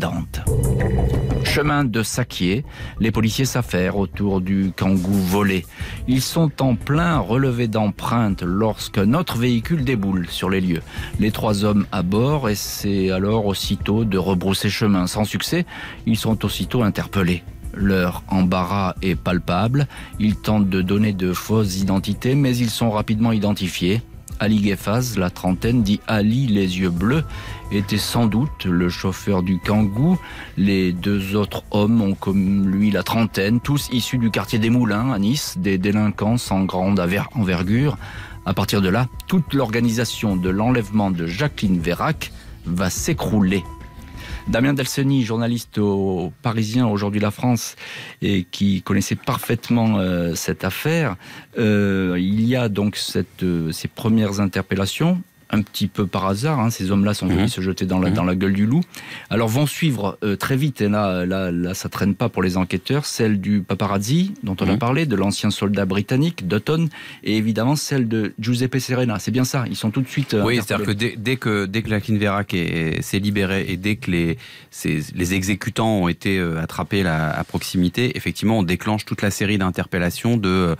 C: Chemin de Saquier, les policiers s'affairent autour du Kangoo volé. Ils sont en plein relevé d'empreintes lorsqu'un autre véhicule déboule sur les lieux. Les 3 hommes à bord essaient alors aussitôt de rebrousser chemin. Sans succès, ils sont aussitôt interpellés. Leur embarras est palpable. Ils tentent de donner de fausses identités, mais ils sont rapidement identifiés. Ali Gueffaz, la trentaine, dit Ali les yeux bleus, était sans doute le chauffeur du Kangoo. Les 2 autres hommes ont comme lui la trentaine, tous issus du quartier des Moulins à Nice, des délinquants sans grande envergure. À partir de là, toute l'organisation de l'enlèvement de Jacqueline Vérac va s'écrouler. Damien Delceni, journaliste au Parisien, Aujourd'hui La France, et qui connaissait parfaitement cette affaire, il y a donc ces premières interpellations, un petit peu par hasard, ces hommes-là sont venus se jeter dans la gueule du loup. Alors vont suivre très vite, et là ça traîne pas pour les enquêteurs, celle du paparazzi dont on a parlé, de l'ancien soldat britannique Dutton, et évidemment celle de Giuseppe Serena. C'est bien ça, ils sont tout de suite
E: oui, c'est-à-dire que dès que Jacqueline Vérac s'est libérée et dès que les exécutants ont été attrapés à proximité, effectivement on déclenche toute la série d'interpellations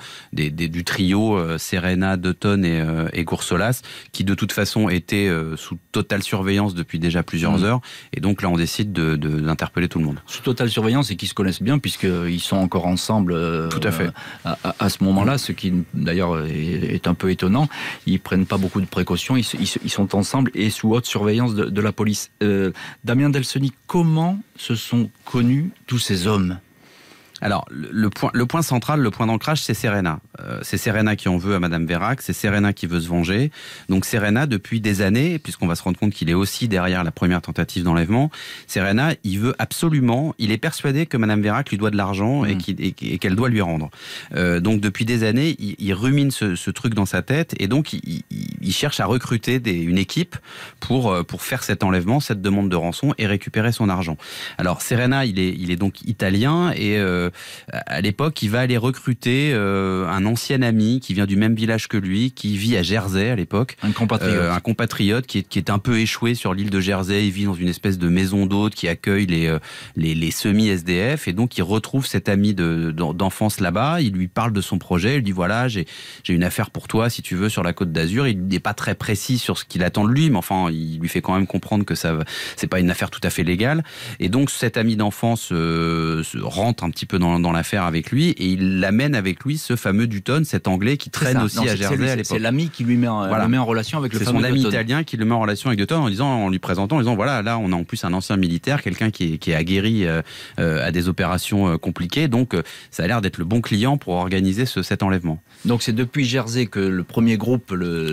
E: du trio Serena, Dutton et Goursolas, qui de toute façon était sous totale surveillance depuis déjà plusieurs heures, et donc là on décide d'interpeller tout le monde.
C: Sous totale surveillance et qui se connaissent bien puisqu'ils sont encore ensemble
E: tout à fait.
C: À ce moment-là, ce qui d'ailleurs est un peu étonnant. Ils prennent pas beaucoup de précautions, ils sont ensemble et sous haute surveillance de la police. Damien Delceni, comment se sont connus tous ces hommes ?
E: Alors, le point central, le point d'ancrage, c'est Serena. C'est Serena qui en veut à Madame Vérac, c'est Serena qui veut se venger. Donc Serena, depuis des années, puisqu'on va se rendre compte qu'il est aussi derrière la première tentative d'enlèvement, Serena, il veut absolument, il est persuadé que Madame Vérac lui doit de l'argent et qu'elle doit lui rendre. Donc depuis des années, il rumine ce truc dans sa tête, et donc il cherche à recruter une équipe pour faire cet enlèvement, cette demande de rançon et récupérer son argent. Alors Serena, il est donc italien, et à l'époque, il va aller recruter un ancien ami qui vient du même village que lui, qui vit à Jersey à l'époque.
C: Un compatriote
E: qui est un peu échoué sur l'île de Jersey. Il vit dans une espèce de maison d'hôte qui accueille les semi-SDF, et donc il retrouve cet ami d'enfance là-bas. Il lui parle de son projet, il lui dit voilà, j'ai une affaire pour toi si tu veux sur la Côte d'Azur. Il n'est pas très précis sur ce qu'il attend de lui, mais enfin il lui fait quand même comprendre que c'est pas une affaire tout à fait légale. Et donc cet ami d'enfance rentre un petit peu dans l'affaire avec lui, et il l'amène avec lui ce fameux Dutton, cet Anglais qui traîne aussi à Jersey à l'époque.
C: C'est l'ami qui lui met en relation avec le fameux Dutton.
E: C'est son ami italien qui le met en relation avec Dutton en lui présentant, en disant voilà, là on a en plus un ancien militaire, quelqu'un qui est aguerri à des opérations compliquées, donc ça a l'air d'être le bon client pour organiser cet enlèvement.
C: Donc c'est depuis Jersey que le premier groupe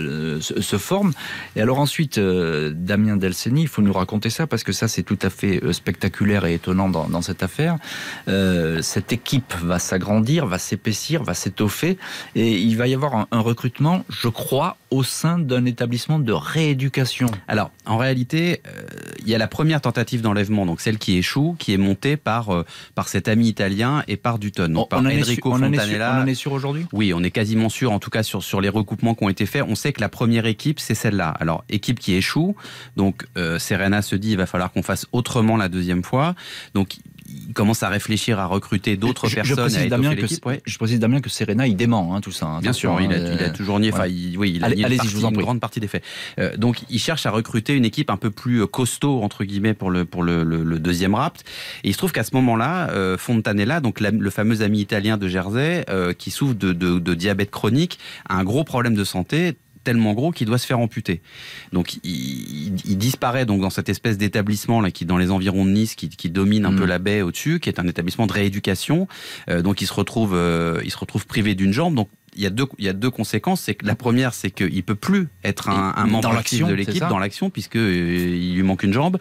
C: se forme. Et alors ensuite, Damien Delceni, il faut nous raconter ça, parce que ça c'est tout à fait spectaculaire et étonnant dans cette affaire. Cette équipe va s'agrandir, va s'épaissir, va s'étoffer, et il va y avoir un recrutement, je crois, au sein d'un établissement de rééducation.
E: Alors, en réalité, il y a la première tentative d'enlèvement, donc celle qui échoue, qui est montée par cet ami italien et par Dutton. Donc, par Enrico Fontanella.
C: On en est sûr aujourd'hui ?
E: Oui, on est quasiment sûr, en tout cas sur les recoupements qui ont été faits. On sait que la première équipe, c'est celle-là. Alors, équipe qui échoue, donc Serena se dit il va falloir qu'on fasse autrement la deuxième fois. Donc, il commence à réfléchir à recruter d'autres personnes.
C: Je précise, Damien, que Serena, il dément tout ça.
E: Bien sûr, il a toujours nié. Enfin, il a nié une grande partie des faits. Donc, il cherche à recruter une équipe un peu plus costaud, entre guillemets, pour le deuxième rapt. Et il se trouve qu'à ce moment-là, Fontanella, donc le fameux ami italien de Jersey, qui souffre de diabète chronique, a un gros problème de santé, tellement gros qu'il doit se faire amputer. Donc il disparaît donc dans cette espèce d'établissement là qui est dans les environs de Nice, qui domine un peu la baie au-dessus, qui est un établissement de rééducation. Donc il se retrouve privé d'une jambe. Donc il y a deux conséquences. C'est que la première, c'est qu'il peut plus être un membre actif de l'équipe dans l'action, puisque il lui manque une jambe.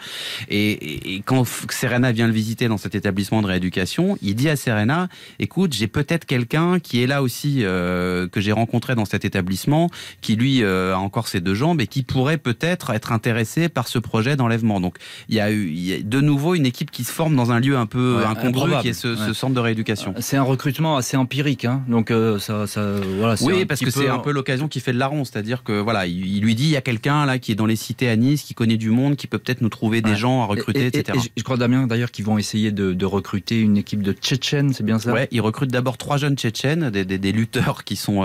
E: Et quand Serena vient le visiter dans cet établissement de rééducation, il dit à Serena écoute, j'ai peut-être quelqu'un qui est là aussi que j'ai rencontré dans cet établissement, qui lui a encore ses deux jambes et qui pourrait peut-être être intéressé par ce projet d'enlèvement. Donc il y a de nouveau une équipe qui se forme dans un lieu un peu incongru, qui est ce centre de rééducation.
C: C'est un recrutement assez empirique, donc voilà,
E: oui, parce que c'est un peu l'occasion qui fait de larron, c'est-à-dire que voilà, il lui dit il y a quelqu'un là qui est dans les cités à Nice, qui connaît du monde, qui peut peut-être nous trouver des gens à recruter, etc.
C: Et je crois, Damien, d'ailleurs, qu'ils vont essayer de recruter une équipe de Tchétchènes, c'est bien ça ?
E: Ouais, ils recrutent d'abord 3 jeunes Tchétchènes, des lutteurs qui sont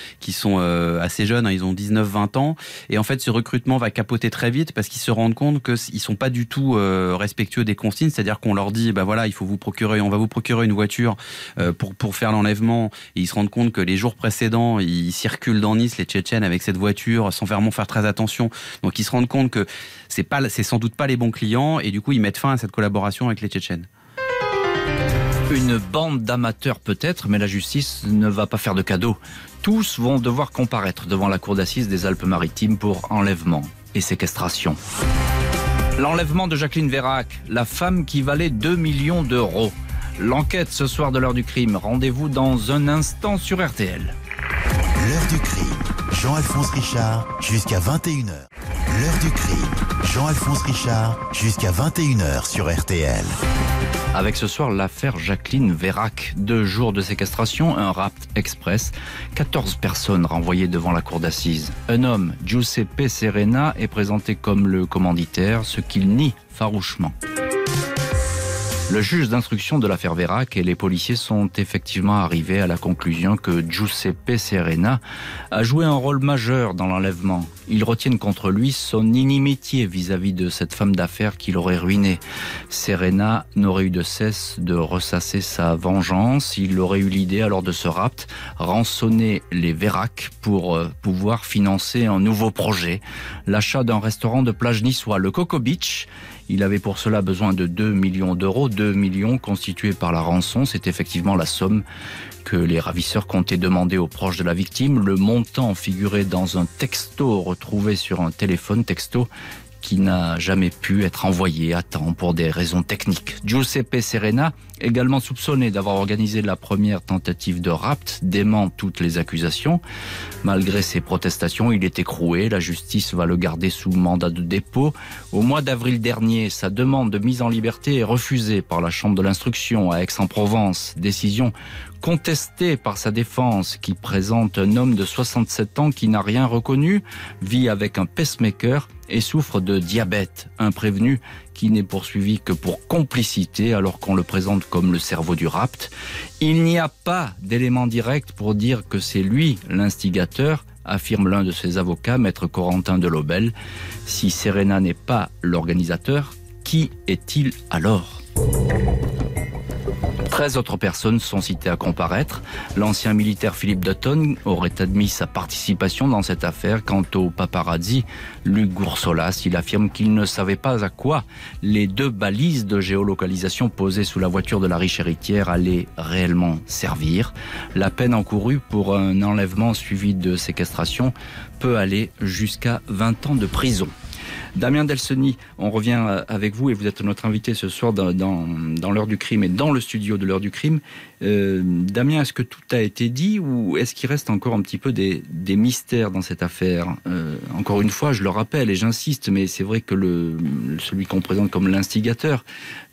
E: assez jeunes, ils ont 19-20 ans, et en fait ce recrutement va capoter très vite parce qu'ils se rendent compte qu'ils sont pas du tout respectueux des consignes, c'est-à-dire qu'on leur dit on va vous procurer une voiture pour faire l'enlèvement, et ils se rendent compte que les jours précédents, ils circulent dans Nice, les Tchétchènes, avec cette voiture, sans vraiment faire très attention. Donc ils se rendent compte que c'est sans doute pas les bons clients, et du coup ils mettent fin à cette collaboration avec les Tchétchènes.
C: Une bande d'amateurs peut-être, mais la justice ne va pas faire de cadeaux. Tous vont devoir comparaître devant la cour d'assises des Alpes-Maritimes pour enlèvement et séquestration. L'enlèvement de Jacqueline Vérac, la femme qui valait 2 millions d'euros. L'enquête ce soir de l'heure du crime. Rendez-vous dans un instant sur RTL.
A: L'heure du crime. Jean-Alphonse Richard jusqu'à 21h. L'heure du crime. Jean-Alphonse Richard jusqu'à 21h sur RTL.
C: Avec ce soir l'affaire Jacqueline Vérac. 2 jours de séquestration, un rapt express. 14 personnes renvoyées devant la cour d'assises. Un homme, Giuseppe Serena, est présenté comme le commanditaire, ce qu'il nie farouchement. Le juge d'instruction de l'affaire Vérac et les policiers sont effectivement arrivés à la conclusion que Giuseppe Serena a joué un rôle majeur dans l'enlèvement. Ils retiennent contre lui son inimitié vis-à-vis de cette femme d'affaires qui l'aurait ruiné. Serena n'aurait eu de cesse de ressasser sa vengeance. Il aurait eu l'idée alors de ce rapt, rançonner les Vérac pour pouvoir financer un nouveau projet, l'achat d'un restaurant de plage niçois, le Coco Beach. Il avait pour cela besoin de 2 millions d'euros, 2 millions constitués par la rançon. C'est effectivement la somme que les ravisseurs comptaient demander aux proches de la victime. Le montant figurait dans un texto retrouvé sur un téléphone, texto qui n'a jamais pu être envoyé à temps pour des raisons techniques. Giuseppe Serena, également soupçonné d'avoir organisé la première tentative de rapt, dément toutes les accusations. Malgré ses protestations, il est écroué. La justice va le garder sous mandat de dépôt. Au mois d'avril dernier, sa demande de mise en liberté est refusée par la chambre de l'instruction à Aix-en-Provence. Décision contestée par sa défense qui présente un homme de 67 ans qui n'a rien reconnu, vit avec un pacemaker et souffre de diabète. Un prévenu qui n'est poursuivi que pour complicité alors qu'on le présente comme le cerveau du rapt. Il n'y a pas d'élément direct pour dire que c'est lui l'instigateur, affirme l'un de ses avocats, maître Corentin Delobel. Si Serena n'est pas l'organisateur, qui est-il alors ? 13 autres personnes sont citées à comparaître. L'ancien militaire Philippe Dutton aurait admis sa participation dans cette affaire. Quant au paparazzi, Luc Goursolas, il affirme qu'il ne savait pas à quoi les 2 balises de géolocalisation posées sous la voiture de la riche héritière allaient réellement servir. La peine encourue pour un enlèvement suivi de séquestration peut aller jusqu'à 20 ans de prison. Damien Delseny, on revient avec vous et vous êtes notre invité ce soir dans l'heure du crime et dans le studio de l'heure du crime. Damien, est-ce que tout a été dit ou est-ce qu'il reste encore un petit peu des mystères dans cette affaire ? Encore une fois, je le rappelle et j'insiste, mais c'est vrai que celui qu'on présente comme l'instigateur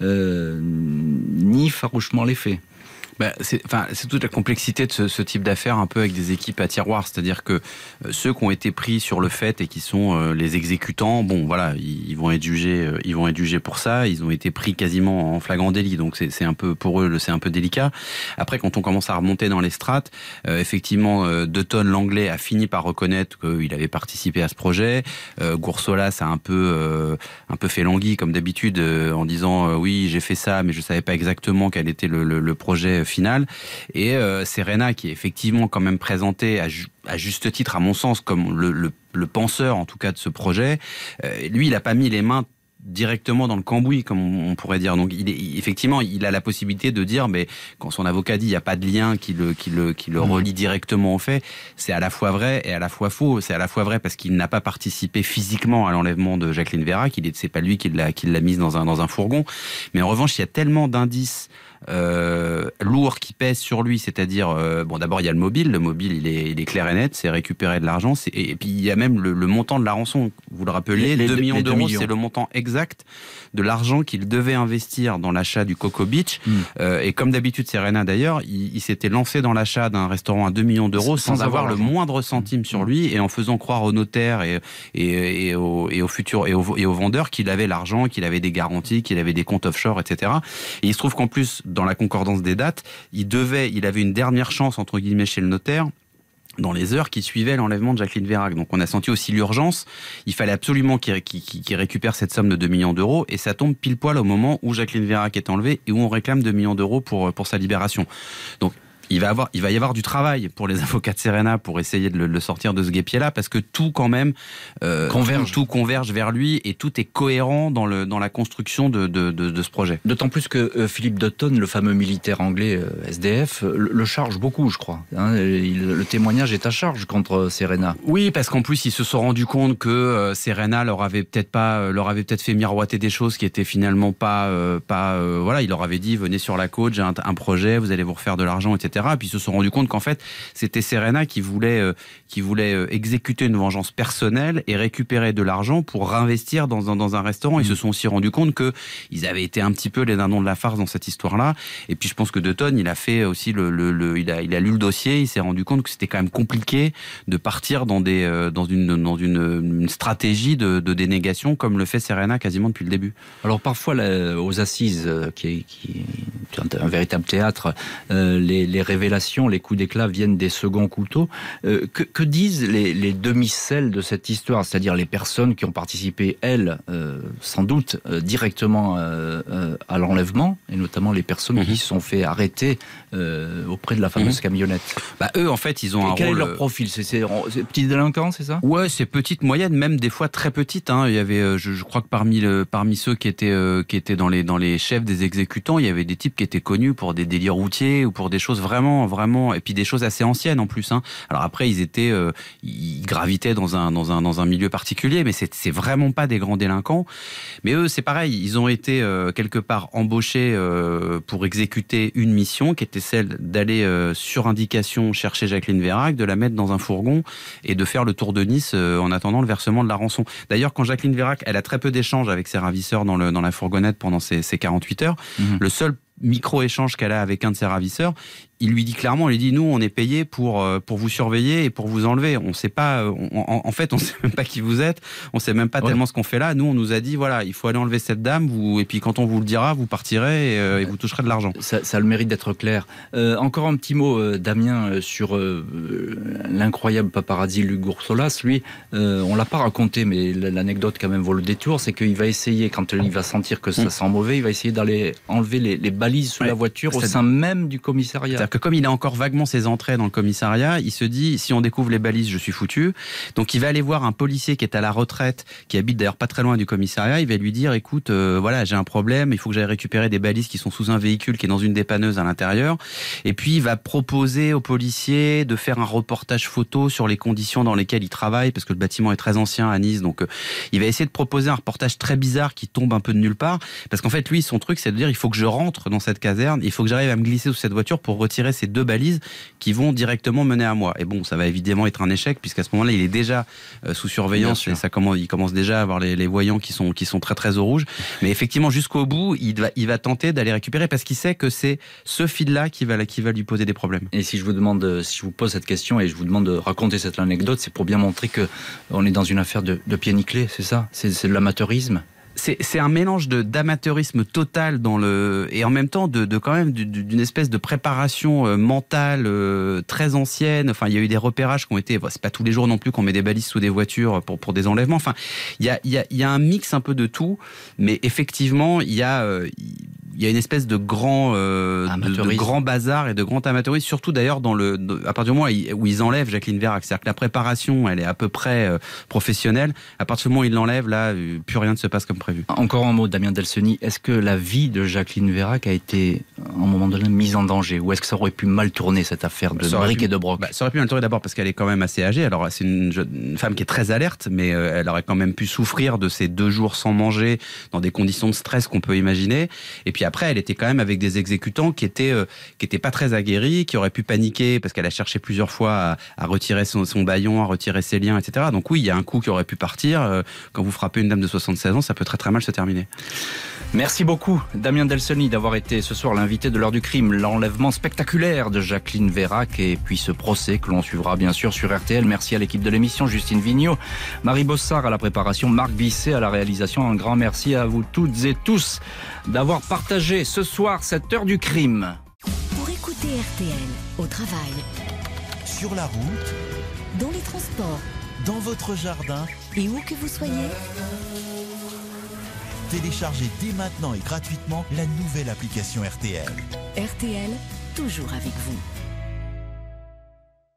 C: nie farouchement les faits.
E: C'est toute la complexité de ce type d'affaires un peu avec des équipes à tiroir, c'est-à-dire que ceux qui ont été pris sur le fait et qui sont les exécutants, ils vont être jugés pour ça, ils ont été pris quasiment en flagrant délit, donc c'est un peu pour eux, c'est un peu délicat. Après, quand on commence à remonter dans les strates, effectivement, Dutton, l'anglais, a fini par reconnaître qu'il avait participé à ce projet. Goursolas a un peu fait languille comme d'habitude en disant oui, j'ai fait ça, mais je savais pas exactement quel était le projet final. Et Serena, qui est effectivement quand même présenté à juste titre, à mon sens, comme le penseur en tout cas de ce projet, lui, il a pas mis les mains directement dans le cambouis, comme on pourrait dire. Donc, il a la possibilité de dire, mais quand son avocat dit il n'y a pas de lien qui le relie directement au fait, c'est à la fois vrai et à la fois faux. C'est à la fois vrai parce qu'il n'a pas participé physiquement à l'enlèvement de Jacqueline Vérac, c'est pas lui qui l'a mise dans un fourgon. Mais en revanche, il y a tellement d'indices lourd qui pèse sur lui, c'est-à-dire d'abord il y a le mobile il est clair et net, c'est récupérer de l'argent, et puis il y a même le montant de la rançon, vous le rappelez, 2 millions d'euros, c'est le montant exact de l'argent qu'il devait investir dans l'achat du Coco Beach. Et comme d'habitude, Serena d'ailleurs, il s'était lancé dans l'achat d'un restaurant à 2 millions d'euros sans avoir le moindre centime sur lui, et en faisant croire aux notaires et aux vendeurs qu'il avait l'argent, qu'il avait des garanties, qu'il avait des comptes offshore, etc. Et il se trouve qu'en plus, dans la concordance des dates, il avait une dernière chance, entre guillemets, chez le notaire, dans les heures qui suivaient l'enlèvement de Jacqueline Vérac. Donc on a senti aussi l'urgence, il fallait absolument qu'il récupère cette somme de 2 millions d'euros, et ça tombe pile poil au moment où Jacqueline Vérac est enlevée et où on réclame 2 millions d'euros pour sa libération. Donc il va y avoir du travail pour les avocats de Serena pour essayer de le sortir de ce guêpier-là, parce que tout quand même tout converge vers lui, et tout est cohérent dans la construction de ce projet.
C: D'autant plus que Philippe Dutton, le fameux militaire anglais SDF, le charge beaucoup, je crois. Le témoignage est à charge contre Serena.
E: Oui, parce qu'en plus ils se sont rendus compte que Serena leur avait peut-être fait miroiter des choses qui étaient finalement pas. Il leur avait dit venez sur la côte, j'ai un projet, vous allez vous refaire de l'argent, etc. Et puis ils se sont rendus compte qu'en fait, c'était Serena qui voulait exécuter une vengeance personnelle et récupérer de l'argent pour réinvestir dans un restaurant. Ils se sont aussi rendus compte qu'ils avaient été un petit peu les dindons de la farce dans cette histoire-là. Et puis je pense que Dutton, il a fait aussi il a lu le dossier, il s'est rendu compte que c'était quand même compliqué de partir dans une stratégie de dénégation comme le fait Serena quasiment depuis le début.
C: Alors parfois, aux assises, qui est un véritable théâtre, les révélations, les coups d'éclat viennent des seconds couteaux. Que disent les demi-celles de cette histoire, c'est-à-dire les personnes qui ont participé, elles, sans doute, directement à l'enlèvement, et notamment les personnes qui se sont fait arrêter auprès de la fameuse camionnette.
E: Eux, en fait, ils ont un rôle...
C: Quel est leur profil ? C'est petits délinquants, c'est ça ?
E: Ouais, c'est petite, moyenne, même des fois très petite. Il y avait, je crois que parmi ceux qui étaient dans les chefs des exécutants, il y avait des types qui étaient connus pour des délits routiers ou pour des choses vraiment vraiment, et puis des choses assez anciennes en plus. Hein. Alors après, ils gravitaient dans un milieu particulier, mais c'est vraiment pas des grands délinquants. Mais eux, c'est pareil, ils ont été quelque part embauchés pour exécuter une mission qui était celle d'aller sur indication chercher Jacqueline Vérac, de la mettre dans un fourgon et de faire le tour de Nice en attendant le versement de la rançon. D'ailleurs, quand Jacqueline Vérac, elle a très peu d'échanges avec ses ravisseurs dans la fourgonnette pendant ces 48 heures, le seul micro-échange qu'elle a avec un de ses ravisseurs, il lui dit clairement, il lui dit, nous, on est payé pour vous surveiller et pour vous enlever. On sait pas, en fait, on sait même pas qui vous êtes, on sait même pas tellement ce qu'on fait là. Nous, on nous a dit, voilà, il faut aller enlever cette dame, et puis quand on vous le dira, vous partirez et vous toucherez de l'argent.
C: Ça a le mérite d'être clair. Encore un petit mot, Damien, sur l'incroyable paparazzi Luc Goursolas. Lui, on l'a pas raconté, mais l'anecdote quand même vaut le détour, c'est qu'il va essayer, quand il va sentir que ça sent mauvais, il va essayer d'aller enlever les balises sous la voiture au sein même du commissariat.
E: C'est-à-dire que comme il a encore vaguement ses entrées dans le commissariat, il se dit, si on découvre les balises, je suis foutu. Donc il va aller voir un policier qui est à la retraite, qui habite d'ailleurs pas très loin du commissariat, il va lui dire, écoute, voilà, j'ai un problème, il faut que j'aille récupérer des balises qui sont sous un véhicule qui est dans une dépanneuse à l'intérieur. Et puis il va proposer au policier de faire un reportage photo sur les conditions dans lesquelles il travaille, parce que le bâtiment est très ancien à Nice, donc il va essayer de proposer un reportage très bizarre qui tombe un peu de nulle part, parce qu'en fait lui, son truc, c'est de dire, il faut que je rentre dans cette caserne, il faut que j'arrive à me glisser sous cette voiture pour retirer ces 2 balises qui vont directement mener à moi. Et bon, ça va évidemment être un échec, puisqu'à ce moment-là, il est déjà sous surveillance, et il commence déjà à avoir les voyants qui sont très très au rouge. Mais effectivement, jusqu'au bout, il va tenter d'aller récupérer, parce qu'il sait que c'est ce fil-là qui va lui poser des problèmes.
C: Et si je vous pose cette question et je vous demande de raconter cette anecdote, c'est pour bien montrer que on est dans une affaire de pied nickelé, c'est ça? C'est de l'amateurisme?
E: C'est un mélange d'amateurisme total et en même temps quand même d'une espèce de préparation mentale très ancienne. Enfin, il y a eu des repérages qui ont été, c'est pas tous les jours non plus qu'on met des balises sous des voitures pour des enlèvements. Enfin, il y a un mix un peu de tout, mais effectivement, il y a une espèce de grand bazar et de grand amateurisme, surtout d'ailleurs à partir du moment où ils enlèvent Jacqueline Vérac. C'est-à-dire que la préparation, elle est à peu près professionnelle. À partir du moment où ils l'enlèvent, là, plus rien ne se passe comme prévu.
C: Encore un mot, Damien Delseny. Est-ce que la vie de Jacqueline Vérac a été, à un moment donné, mise en danger? Ou est-ce que ça aurait pu mal tourner, cette affaire de briques et de broc?
E: Ça aurait pu mal tourner d'abord parce qu'elle est quand même assez âgée. Alors, c'est une femme qui est très alerte, mais elle aurait quand même pu souffrir de ces 2 jours sans manger, dans des conditions de stress qu'on peut imaginer. Et puis après, elle était quand même avec des exécutants qui étaient pas très aguerris, qui auraient pu paniquer parce qu'elle a cherché plusieurs fois à retirer son bâillon, à retirer ses liens, etc. Donc oui, il y a un coup qui aurait pu partir. Quand vous frappez une dame de 76 ans, ça peut très très mal se terminer.
C: Merci beaucoup, Damien Delseny, d'avoir été ce soir l'invité de l'heure du crime. L'enlèvement spectaculaire de Jacqueline Vérac et puis ce procès que l'on suivra bien sûr sur RTL. Merci à l'équipe de l'émission, Justine Vignot, Marie Bossard à la préparation, Marc Bisset à la réalisation. Un grand merci à vous toutes et tous d'avoir partagé ce soir cette heure du crime.
D: Pour écouter RTL au travail,
A: Sur la route,
D: dans les transports
A: dans votre jardin,
D: et où que vous soyez,
A: téléchargez dès maintenant et gratuitement la nouvelle application RTL.
D: RTL, toujours avec vous.